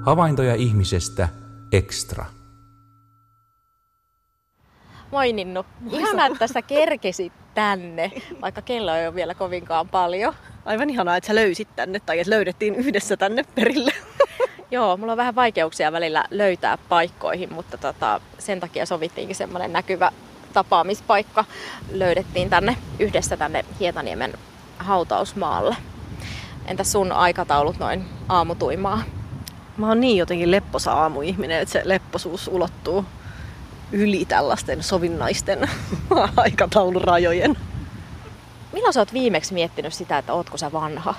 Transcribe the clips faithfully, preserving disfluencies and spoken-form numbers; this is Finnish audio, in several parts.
Havaintoja ihmisestä extra. Moi Ninnu. Ihanaa, että sä kerkesit tänne, vaikka kello ei ole vielä kovinkaan paljon. Aivan ihanaa, että sä löysit tänne tai että löydettiin yhdessä tänne perille. Joo, mulla on vähän vaikeuksia välillä löytää paikkoihin, mutta tota, sen takia sovittiinkin semmoinen näkyvä tapaamispaikka. Löydettiin tänne yhdessä tänne Hietaniemen hautausmaalle. Entäs sun aikataulut noin aamutuimaa? Mä oon niin jotenkin lepposa aamuihminen, että se lepposuus ulottuu yli tällaisten sovinnaisten aikataulurajojen. Milloin sä oot viimeksi miettinyt sitä, että ootko sä vanha?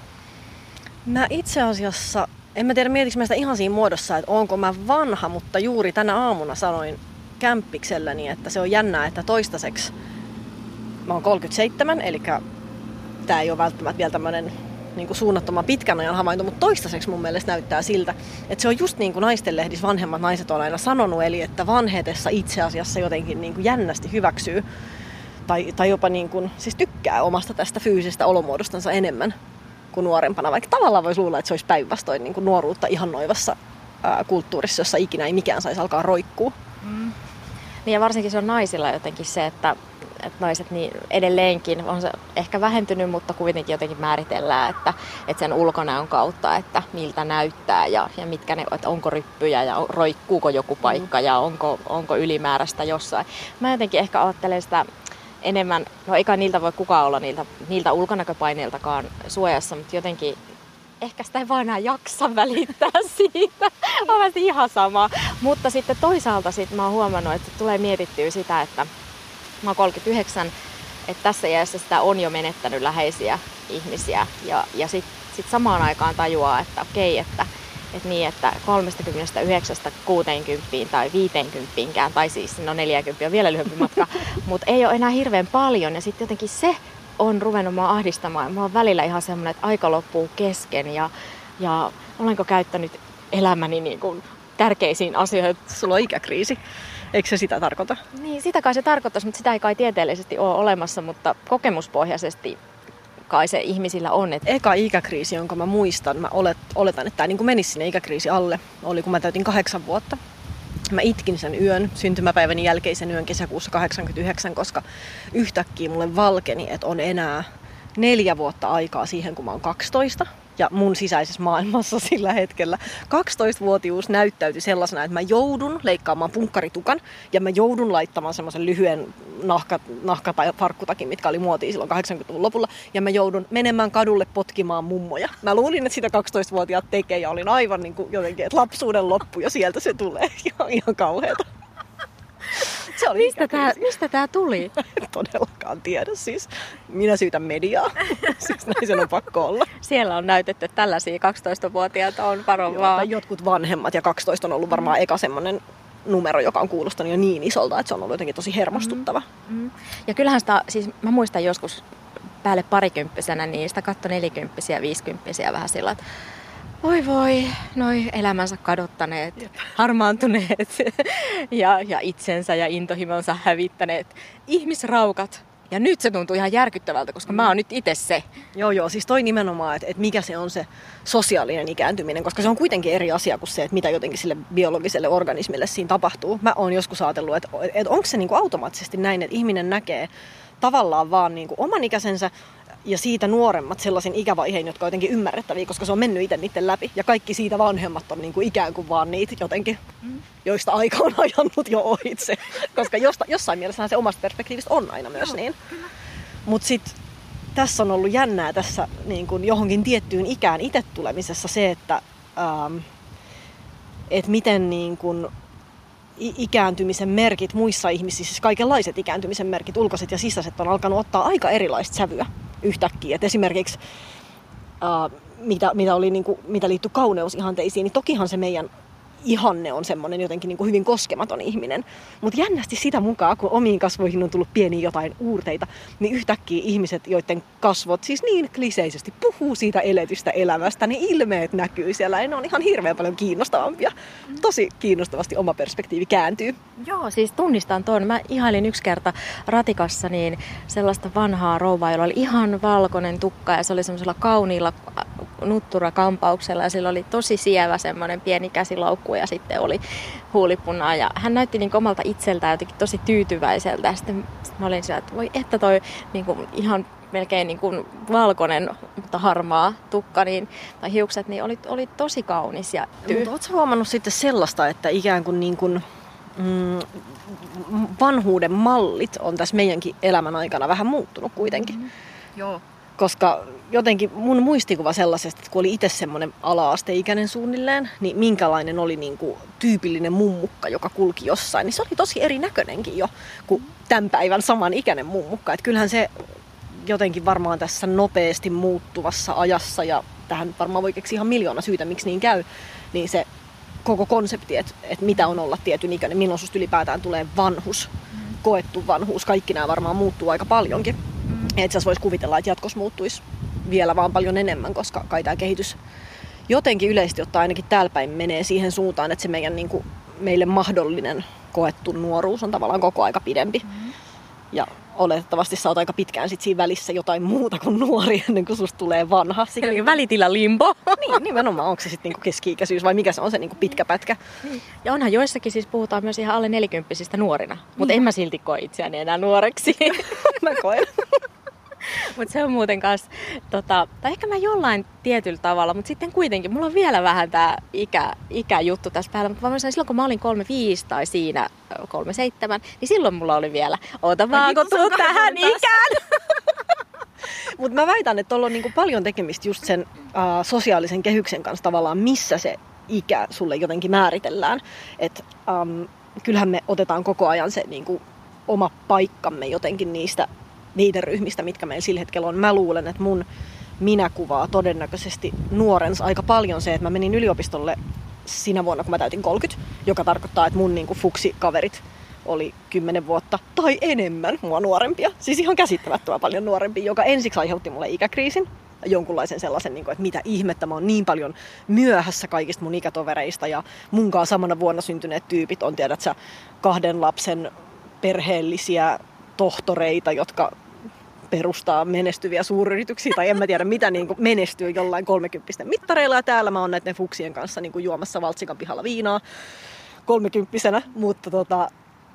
Mä itse asiassa, en mä tiedä mietinkö mä sitä ihan siinä muodossa, että onko mä vanha, mutta juuri tänä aamuna sanoin kämppikselläni, että se on jännää, että toistaiseksi mä oon kolmekymmentäseitsemän, eli tää ei ole välttämättä vielä tämmönen niin kuin suunnattoman pitkän ajan havainto, mutta toistaiseksi mun mielestä näyttää siltä, että se on just niin kuin naistenlehdissä vanhemmat naiset on aina sanonut, eli että vanhetessa itse asiassa jotenkin niin kuin jännästi hyväksyy tai, tai jopa niin kuin, siis tykkää omasta tästä fyysisestä olomuodostansa enemmän kuin nuorempana, vaikka tavallaan voisi luulla, että se olisi päinvastoin niin kuin nuoruutta ihannoivassa ää, kulttuurissa, jossa ikinä ei mikään saisi alkaa roikkuu. Mm. Niin ja varsinkin se on naisilla jotenkin se, että että naiset niin edelleenkin on se ehkä vähentynyt, mutta kuitenkin jotenkin määritellään, että, että sen ulkonäön kautta, että miltä näyttää ja, ja mitkä ne, että onko ryppyjä ja roikkuuko joku paikka ja onko, onko ylimääräistä jossain. Mä jotenkin ehkä ajattelen sitä enemmän, no eikä niiltä voi kukaan olla niiltä, niiltä ulkonäköpaineiltakaan suojassa, mutta jotenkin ehkä sitä ei vaan enää jaksa välittää siitä. On vähän ihan sama. Mutta sitten toisaalta sit mä oon huomannut, että tulee mietittyä sitä, että mä oon kolmekymmentäyhdeksän, että tässä iässä sitä on jo menettänyt läheisiä ihmisiä. Ja, ja sitten sit samaan aikaan tajuaa, että okei, että, että, niin, että kolmekymmentäyhdeksän kuuteenkymmeneen tai viiteenkymmeneenkään, tai siis no neljäkymmentä on vielä lyhyempi matka, mutta ei ole enää hirveän paljon. Ja sitten jotenkin se on ruvennut mua ahdistamaan. Mä oon välillä ihan semmoinen, että aika loppuu kesken ja, ja olenko käyttänyt elämäni niin kuin tärkeisiin asioihin. Sulla on ikäkriisi. Eikö se sitä tarkoita? Niin, sitä kai se tarkoittaisi, mutta sitä ei kai tieteellisesti ole olemassa, mutta kokemuspohjaisesti kai se ihmisillä on. Että eka ikäkriisi, jonka mä muistan, mä olet, oletan, että tämä niin menisi sinne ikäkriisi alle, oli kun mä täytin kahdeksan vuotta. Mä itkin sen yön, syntymäpäiväni jälkeisen yön kesäkuussa kahdeksankymmentäyhdeksän, koska yhtäkkiä mulle valkeni, että on enää neljä vuotta aikaa siihen, kun mä oon kaksitoista. Ja mun sisäisessä maailmassa sillä hetkellä kaksitoistavuotiuus näyttäytyi sellaisena, että mä joudun leikkaamaan punkkaritukan ja mä joudun laittamaan semmoisen lyhyen nahka, nahka- tai farkkutakin, mitkä oli muotia silloin kahdeksankymmentäluvun lopulla. Ja mä joudun menemään kadulle potkimaan mummoja. Mä luulin, että sitä kaksitoistavuotiaat tekee ja olin aivan niin kuin jotenkin, että lapsuuden loppu ja sieltä se tulee. Ihan, ihan kauheata. Se oli mistä, tää, mistä tää tuli? En todellakaan tiedä. Siis minä syytän mediaa. Siis näin sen on pakko olla. Siellä on näytetty, että tällaisia kaksitoistavuotiaita on varovaa. Jotkut vanhemmat ja kaksitoista on ollut varmaan mm. eka semmoinen numero, joka on kuulostanut jo niin isolta, että se on ollut jotenkin tosi hermostuttava. Mm. Mm. Ja kyllähän sitä, siis mä muistan joskus päälle parikymppisenä, niin sitä katsoi nelikymppisiä ja viisikymppisiä vähän sillä, että voi voi, noi elämänsä kadottaneet, Jep. harmaantuneet ja, ja itsensä ja intohimonsa hävittäneet ihmisraukat. Ja nyt se tuntuu ihan järkyttävältä, koska mm. mä oon nyt itse se. Joo, joo, siis toi nimenomaan, että, että mikä se on se sosiaalinen ikääntyminen, koska se on kuitenkin eri asia kuin se, että mitä jotenkin sille biologiselle organismille siinä tapahtuu. Mä oon joskus ajatellut, että, että onko se niin kuin automaattisesti näin, että ihminen näkee tavallaan vaan niin kuin oman ikäisensä, ja siitä nuoremmat sellaisen ikävaiheen, jotka on jotenkin ymmärrettäviä, koska se on mennyt itse niiden läpi. Ja kaikki siitä vanhemmat on niin kuin ikään kuin vaan niitä jotenkin, mm. joista aika on ajanut jo ohitse. Koska josta, jossain mielessä se omasta perspektiivistä on aina myös niin. Mutta sitten tässä on ollut jännää tässä niin kuin johonkin tiettyyn ikään itse tulemisessa se, että ähm, et miten niin kuin ikääntymisen merkit muissa ihmisissä, siis kaikenlaiset ikääntymisen merkit, ulkoiset ja sisäiset, on alkanut ottaa aika erilaista sävyä yhtäkkiä. Et esimerkiksi äh, mitä, mitä, oli, niin kuin, mitä liittyy kauneusihanteisiin, niin tokihan se meidän ihanne on semmoinen jotenkin niin kuin hyvin koskematon ihminen. Mutta jännästi sitä mukaan, kun omiin kasvoihin on tullut pieniä jotain uurteita, niin yhtäkkiä ihmiset, joiden kasvot siis niin kliseisesti puhuu siitä eletystä elämästä, niin ilmeet näkyy siellä. Ja ne on ihan hirveän paljon kiinnostavampia. Tosi kiinnostavasti oma perspektiivi kääntyy. Joo, siis tunnistan tuon. Mä ihailin yksi kerta ratikassa niin sellaista vanhaa rouvaa, jolla oli ihan valkoinen tukka ja se oli semmoisella kauniilla nutturakampauksella ja sillä oli tosi sievä semmoinen pieni käsilaukku ja sitten oli huulipunaa. Ja hän näytti niin omalta itseltään jotenkin tosi tyytyväiseltä. Ja sitten, sitten mä olin siellä, että voi että toi niin kuin ihan melkein niin kuin valkoinen, mutta harmaa tukka niin, tai hiukset, niin oli, oli tosi kaunis. Ja tyy- mutta ootko huomannut sitten sellaista, että ikään kuin, niin kuin mm, vanhuuden mallit on tässä meidänkin elämän aikana vähän muuttunut kuitenkin? Mm-hmm. Joo. Koska jotenkin mun muistikuva sellaisesta, että kun oli itse semmoinen ala-asteikäinen suunnilleen, niin minkälainen oli niin kuin tyypillinen mummukka, joka kulki jossain, niin se oli tosi erinäköinenkin jo kuin tämän päivän samanikäinen mummukka. Että kyllähän se jotenkin varmaan tässä nopeasti muuttuvassa ajassa, ja tähän varmaan voi keksiä ihan miljoona syytä, miksi niin käy, niin se koko konsepti, että, että mitä on olla tietyn ikäinen, milloin susta ylipäätään tulee vanhus, koettu vanhuus, kaikki nämä varmaan muuttuu aika paljonkin. Ja itse asiassa voisi kuvitella, että jatkossa muuttuisi vielä vaan paljon enemmän, koska kai tämä kehitys jotenkin yleisesti ottaen ainakin täällä päin menee siihen suuntaan, että se meidän, niin kuin, meille mahdollinen koettu nuoruus on tavallaan koko aika pidempi. Mm-hmm. Ja oletettavasti sä oot aika pitkään sit siinä välissä jotain muuta kuin nuori ennen kuin susta tulee vanha. Eli välitila limbo. Niin, nimenomaan. Onko se sitten niinku keski-ikäisyys vai mikä se on se niinku pitkä pätkä? Niin. Ja onhan joissakin siis puhutaan myös ihan alle nelikymppisistä nuorina. Mutta en mä silti koe itseäni enää nuoreksi. Mä koen. Mutta se on muuten kanssa, tota, tai ehkä mä jollain tietyllä tavalla, mutta sitten kuitenkin, mulla on vielä vähän tää ikä, ikäjuttu tässä päällä, mutta mä sanoin, silloin kun mä olin kolmekymmentäviisi tai siinä kolmekymmentäseitsemän, niin silloin mulla oli vielä, oota vaan kun tuut tähän ikään. Mutta mä väitän, että tuolla on niinku paljon tekemistä just sen uh, sosiaalisen kehyksen kanssa tavallaan, missä se ikä sulle jotenkin määritellään. Että um, kyllähän me otetaan koko ajan se niinku, oma paikkamme jotenkin niistä niiden ryhmistä, mitkä meillä sillä hetkellä on. Mä luulen, että mun minäkuvaa todennäköisesti nuorens aika paljon se, että mä menin yliopistolle sinä vuonna, kun mä täytin kolmekymmentä, joka tarkoittaa, että mun niinku fuksikaverit oli kymmenen vuotta tai enemmän mua nuorempia. Siis ihan käsittämättömän paljon nuorempia, joka ensiksi aiheutti mulle ikäkriisin. Jonkunlaisen sellaisen, että mitä ihmettä, mä oon niin paljon myöhässä kaikista mun ikätovereista ja munkaan samana vuonna syntyneet tyypit on, tiedät sä, kahden lapsen perheellisiä tohtoreita, jotka perustaa menestyviä suuryrityksiä tai en mä tiedä mitä niin kuin menestyy jollain kolmekymppisten mittareilla ja täällä mä oon näiden fuksien kanssa niin kuin juomassa Valtsikan pihalla viinaa kolmekymppisenä, mutta tota,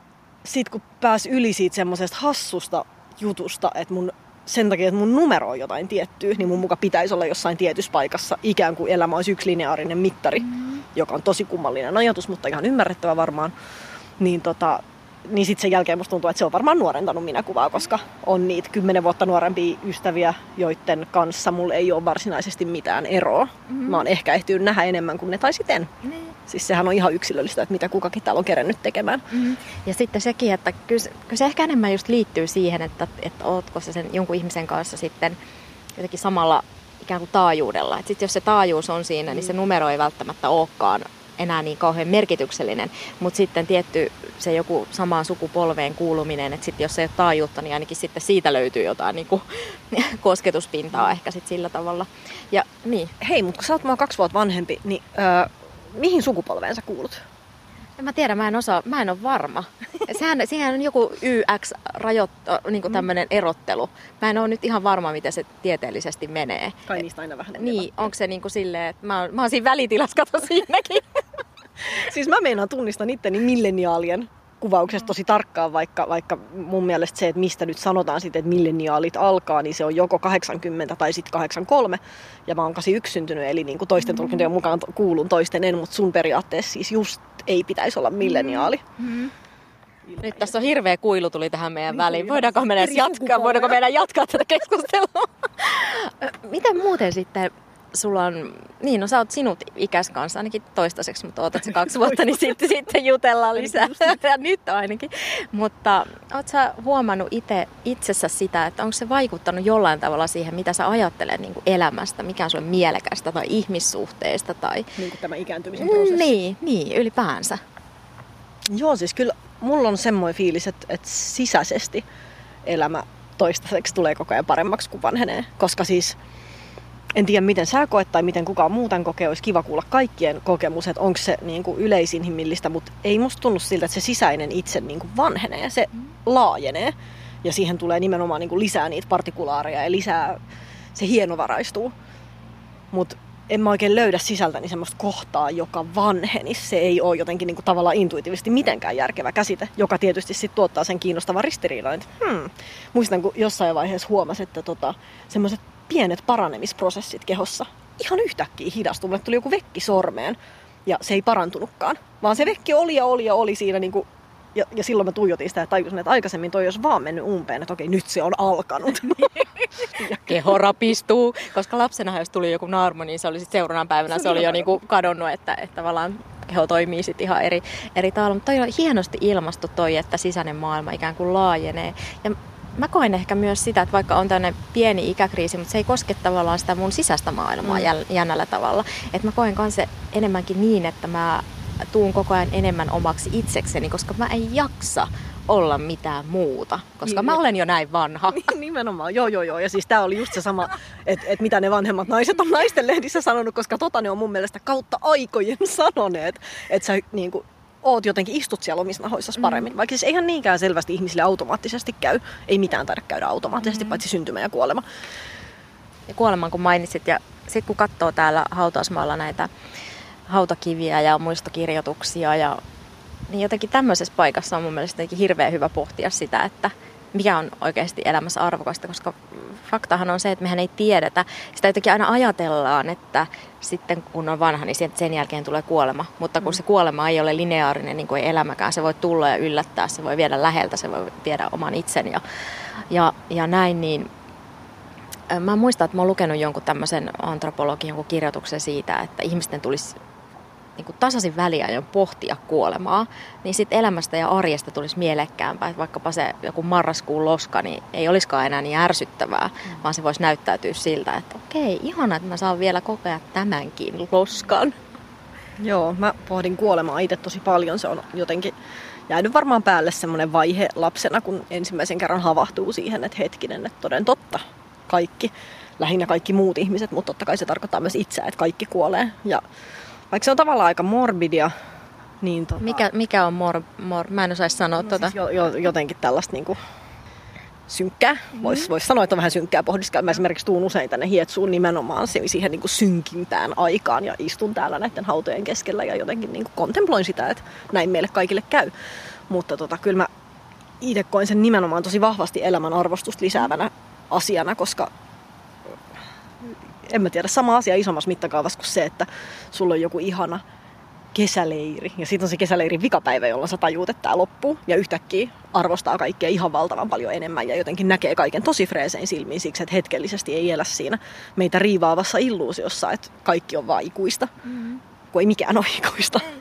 sit kun pääs yli siitä semmosesta hassusta jutusta, että mun sen takia, että mun numero on jotain tiettyä, niin mun muka pitäisi olla jossain tietyssä paikassa ikään kuin elämä olisi yksi lineaarinen mittari, mm-hmm. joka on tosi kummallinen ajatus, mutta ihan ymmärrettävä varmaan, niin tota niin sitten sen jälkeen musta tuntuu, että se on varmaan nuorentanut minäkuvaa, koska on niitä kymmenen vuotta nuorempia ystäviä, joiden kanssa mulla ei ole varsinaisesti mitään eroa. Mm-hmm. Mä oon ehkä ehtinyt nähdä enemmän kuin ne tai sitten. Mm-hmm. Siis sehän on ihan yksilöllistä, että mitä kukakin täällä on kerennyt tekemään. Mm-hmm. Ja sitten sekin, että kyllä, kyllä se ehkä enemmän just liittyy siihen, että, että ootko se sen jonkun ihmisen kanssa sitten jotenkin samalla ikään kuin taajuudella. Että sitten jos se taajuus on siinä, mm-hmm. niin se numero ei välttämättä olekaan enää niin kauhean merkityksellinen, mutta sitten tietty se joku samaan sukupolveen kuuluminen, että sitten jos se ei ole taajuutta, niin ainakin sitten siitä löytyy jotain niin kuin kosketuspintaa ehkä sitten sillä tavalla. Ja, niin. Hei, mutta kun sä oot mua kaksi vuotta vanhempi, niin öö, mihin sukupolveen sä kuulut? En mä tiedä, mä en osaa, mä en ole varma. Sehän, siihen on joku Y X-rajoittelu, niin kuin tämmöinen erottelu. Mä en ole nyt ihan varma, miten se tieteellisesti menee. Kai niistä aina vähän. Niin, onko se niin kuin silleen, että mä oon, mä oon siinä välitilassa, kato siinäkin. Siis mä meinaan tunnistan itteni milleniaalien kuvauksesta tosi tarkkaan, vaikka, vaikka mun mielestä se, että mistä nyt sanotaan sitten, että milleniaalit alkaa, niin se on joko kahdeksankymmentä tai sitten kahdeksankymmentäkolme. Ja mä oon kahdeksankymmentäyksi syntynyt, eli niin kuin toisten mm-hmm. tulkintojen mukaan kuulun, toisten en, mutta sun periaatteessa siis just ei pitäisi olla milleniaali. Mm-hmm. Nyt tässä on hirveä kuilu tuli tähän meidän niin, väliin. Voidaanko meidän jatkaa, voidaanko meidän jatkaa tätä keskustelua? Miten muuten sitten sulla on, niin no sä oot sinut ikäs kanssa ainakin toistaiseksi, mutta ootat se kaksi vuotta, niin sitten, sitten jutellaan lisää. Ja nyt ainakin. Mutta oot sä huomannut itse itsessä sitä, että onko se vaikuttanut jollain tavalla siihen, mitä sä ajattelet niin kuin elämästä, mikä on sulle mielekästä tai ihmissuhteista? Tai niin kuin tämä ikääntymisen prosessi. Niin, niin, ylipäänsä. Joo, siis kyllä mulla on semmoinen fiilis, että, että sisäisesti elämä toistaiseksi tulee koko ajan paremmaksi kuin vanhenee. Koska siis en tiedä, miten sä koet tai miten kukaan muuten kokee. Olisi kiva kuulla kaikkien kokemus, että onko se niin kuin yleisinhimillistä, mutta ei musta tunnu siltä, että se sisäinen itse niin kuin vanhenee. Se mm. laajenee ja siihen tulee nimenomaan niin kuin lisää niitä partikulaareja ja lisää, se hienovaraistuu. mutta en mä oikein löydä sisältäni semmoista kohtaa, joka vanhenisi. Se ei ole jotenkin niin kuin tavallaan intuitiivisesti mitenkään järkevä käsite, joka tietysti sitten tuottaa sen kiinnostavan ristiriidan. Että, hmm. Muistan, kun jossain vaiheessa huomasin, että tota, semmoiset pienet paranemisprosessit kehossa ihan yhtäkkiä hidastui. Mulle tuli joku vekki sormeen ja se ei parantunutkaan, vaan se vekki oli ja oli ja oli siinä niin kuin. Ja, ja silloin mä tuijotin sitä ja tajusin, että aikaisemmin toi olisi vaan mennyt umpeen, että okei, nyt se on alkanut. Keho rapistuu, koska lapsena jos tuli joku naarmu, niin se oli sitten seuraavana päivänä, se, se oli jo niinku kadonnut, että, että tavallaan keho toimii sitten ihan eri, eri tavalla. Mutta toi on hienosti ilmastu toi, että sisäinen maailma ikään kuin laajenee. Ja mä koen ehkä myös sitä, että vaikka on tämmöinen pieni ikäkriisi, mutta se ei koske tavallaan sitä mun sisäistä maailmaa mm. jännällä tavalla. Että mä koen kanssa enemmänkin niin, että mä tuun koko ajan enemmän omaksi itsekseni, koska mä en jaksa olla mitään muuta, koska niin, mä olen jo näin vanha. Nimenomaan, joo joo joo. Ja siis tää oli just se sama, että et mitä ne vanhemmat naiset on naisten lehdissä sanonut, koska tota ne on mun mielestä kautta aikojen sanoneet, että sä niinku oot jotenkin, istut siellä omissa nahoissasi paremmin. Mm. Vaikka siis eihän niinkään selvästi ihmisille automaattisesti käy. Ei mitään taida käydä automaattisesti, mm. paitsi syntymä ja kuolema. Ja kuoleman kun mainitsit, ja sit kun katsoo täällä hautausmaalla näitä hautakiviä ja muistokirjoituksia, ja, niin jotenkin tämmöisessä paikassa on mun mielestä hirveän hyvä pohtia sitä, että mikä on oikeasti elämässä arvokasta, koska faktahan on se, että mehän ei tiedetä. Sitä jotenkin aina ajatellaan, että sitten kun on vanha, niin sen jälkeen tulee kuolema. Mutta kun se kuolema ei ole lineaarinen, niin kuin ei elämäkään, se voi tulla ja yllättää, se voi viedä läheltä, se voi viedä oman itsen ja, ja, ja näin, niin mä muistan, että mä oon lukenut jonkun tämmöisen antropologin jonkun kirjoituksen siitä, että ihmisten tulisi niin kuin tasaisin väliajoin pohtia kuolemaa, niin sitten elämästä ja arjesta tulisi mielekkäämpää, että vaikkapa se joku marraskuun loska niin ei olisikaan enää niin ärsyttävää, mm. vaan se voisi näyttäytyä siltä, että okei, ihana, että mä saan vielä kokea tämänkin loskan. Joo, mä pohdin kuolemaa itse tosi paljon, se on jotenkin jäänyt varmaan päälle semmoinen vaihe lapsena, kun ensimmäisen kerran havahtuu siihen, että hetkinen, että toden totta, kaikki, lähinnä kaikki muut ihmiset, mutta totta kai se tarkoittaa myös itseä, että kaikki kuolee. Ja vaikka se on tavallaan aika morbidia, niin tota... Mikä, mikä on mor, mor... Mä en osaisi sanoa no, tota. Siis jo, jo, jotenkin tällaista niinku synkkää. Mm-hmm. Voisi vois sanoa, että on vähän synkkää pohdiskelua. Mä esimerkiksi tuun usein tänne Hietsuun nimenomaan siihen niinku synkimpään aikaan ja istun täällä näiden hautojen keskellä ja jotenkin niinku kontemploin sitä, että näin meille kaikille käy. Mutta tota, kyllä mä itse koen sen nimenomaan tosi vahvasti elämän arvostusta lisäävänä asiana, koska en mä tiedä, sama asia isommassa mittakaavassa kuin se, että sulla on joku ihana kesäleiri. Ja sitten on se kesäleirin vikapäivä, jolloin sä tajuut, että tää loppuu. Ja yhtäkkiä arvostaa kaikkea ihan valtavan paljon enemmän. Ja jotenkin näkee kaiken tosi freesein silmiin siksi, että hetkellisesti ei elä siinä meitä riivaavassa illuusiossa, että kaikki on vaan ikuista. Mm-hmm. Kun ei mikään ole ikuista.